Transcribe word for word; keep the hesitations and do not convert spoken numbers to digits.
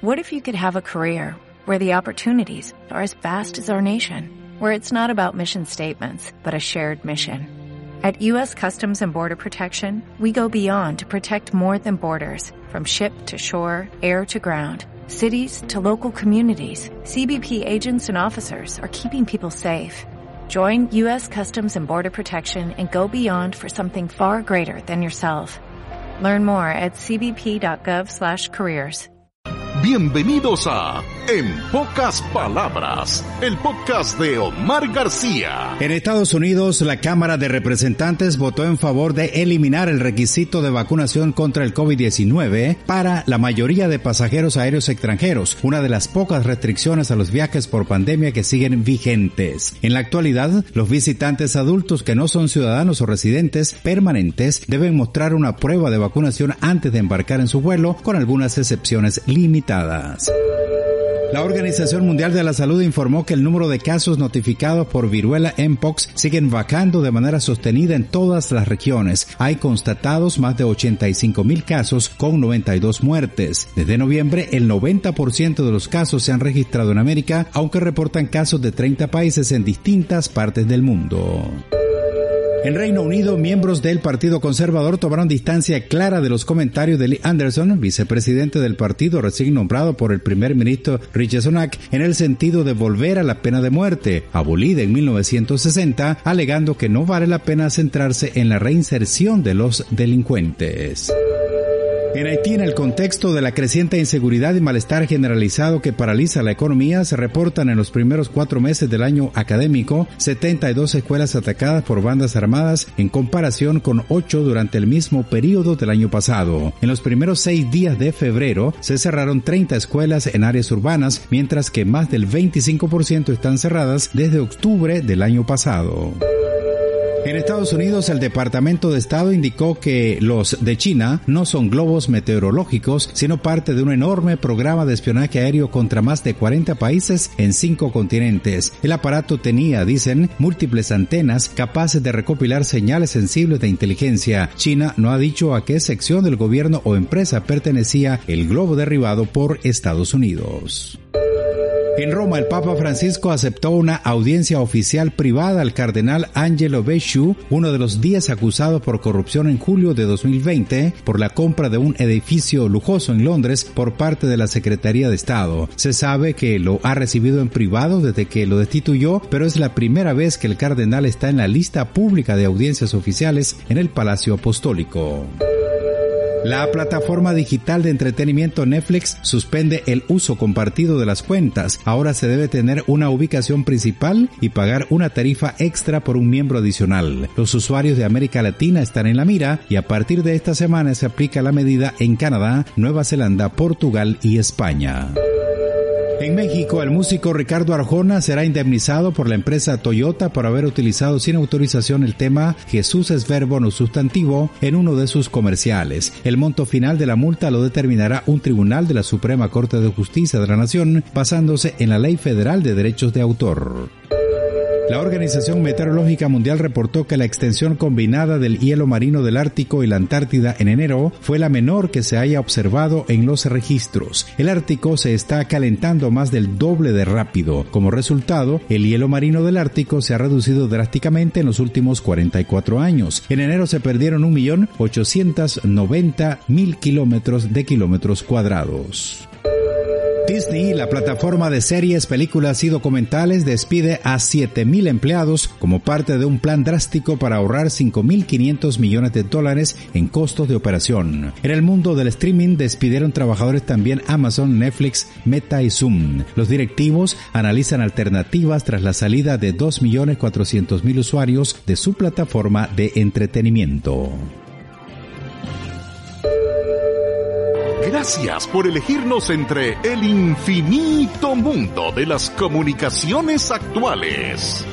What if you could have a career where the opportunities are as vast as our nation, where it's not about mission statements, but a shared mission? At U S Customs and Border Protection, we go beyond to protect more than borders, from ship to shore, air to ground, cities to local communities. C B P agents and officers are keeping people safe. Join U S Customs and Border Protection and go beyond for something far greater than yourself. Learn more at cbp.gov slash careers. Bienvenidos a En Pocas Palabras, el podcast de Omar García. En Estados Unidos, la Cámara de Representantes votó en favor de eliminar el requisito de vacunación contra el COVID diecinueve para la mayoría de pasajeros aéreos extranjeros, una de las pocas restricciones a los viajes por pandemia que siguen vigentes. En la actualidad, los visitantes adultos que no son ciudadanos o residentes permanentes deben mostrar una prueba de vacunación antes de embarcar en su vuelo, con algunas excepciones limitadas. La Organización Mundial de la Salud informó que el número de casos notificados por viruela M-Pox siguen bajando de manera sostenida en todas las regiones. Hay constatados más de ochenta y cinco mil casos con noventa y dos muertes. Desde noviembre, el noventa por ciento de los casos se han registrado en América, aunque reportan casos de treinta países en distintas partes del mundo. En Reino Unido, miembros del Partido Conservador tomaron distancia clara de los comentarios de Lee Anderson, vicepresidente del partido recién nombrado por el primer ministro Rishi Sunak, en el sentido de volver a la pena de muerte, abolida en mil novecientos sesenta, alegando que no vale la pena centrarse en la reinserción de los delincuentes. En Haití, en el contexto de la creciente inseguridad y malestar generalizado que paraliza la economía, se reportan en los primeros cuatro meses del año académico setenta y dos escuelas atacadas por bandas armadas en comparación con ocho durante el mismo periodo del año pasado. En los primeros seis días de febrero se cerraron treinta escuelas en áreas urbanas, mientras que más del veinticinco por ciento están cerradas desde octubre del año pasado. En Estados Unidos, el Departamento de Estado indicó que los de China no son globos meteorológicos, sino parte de un enorme programa de espionaje aéreo contra más de cuarenta países en cinco continentes. El aparato tenía, dicen, múltiples antenas capaces de recopilar señales sensibles de inteligencia. China no ha dicho a qué sección del gobierno o empresa pertenecía el globo derribado por Estados Unidos. En Roma, el Papa Francisco aceptó una audiencia oficial privada al cardenal Angelo Becciu, uno de los diez acusados por corrupción en julio de dos mil veinte por la compra de un edificio lujoso en Londres por parte de la Secretaría de Estado. Se sabe que lo ha recibido en privado desde que lo destituyó, pero es la primera vez que el cardenal está en la lista pública de audiencias oficiales en el Palacio Apostólico. La plataforma digital de entretenimiento Netflix suspende el uso compartido de las cuentas. Ahora se debe tener una ubicación principal y pagar una tarifa extra por un miembro adicional. Los usuarios de América Latina están en la mira y a partir de esta semana se aplica la medida en Canadá, Nueva Zelanda, Portugal y España. En México, el músico Ricardo Arjona será indemnizado por la empresa Toyota por haber utilizado sin autorización el tema Jesús es verbo no sustantivo en uno de sus comerciales. El monto final de la multa lo determinará un tribunal de la Suprema Corte de Justicia de la Nación basándose en la Ley Federal de Derechos de Autor. La Organización Meteorológica Mundial reportó que la extensión combinada del hielo marino del Ártico y la Antártida en enero fue la menor que se haya observado en los registros. El Ártico se está calentando más del doble de rápido. Como resultado, el hielo marino del Ártico se ha reducido drásticamente en los últimos cuarenta y cuatro años. En enero se perdieron un millón ochocientos noventa mil kilómetros de kilómetros cuadrados. Disney, la plataforma de series, películas y documentales, despide a siete mil empleados como parte de un plan drástico para ahorrar cinco mil quinientos millones de dólares en costos de operación. En el mundo del streaming despidieron trabajadores también Amazon, Netflix, Meta y Zoom. Los directivos analizan alternativas tras la salida de dos millones cuatrocientos mil usuarios de su plataforma de entretenimiento. Gracias por elegirnos entre el infinito mundo de las comunicaciones actuales.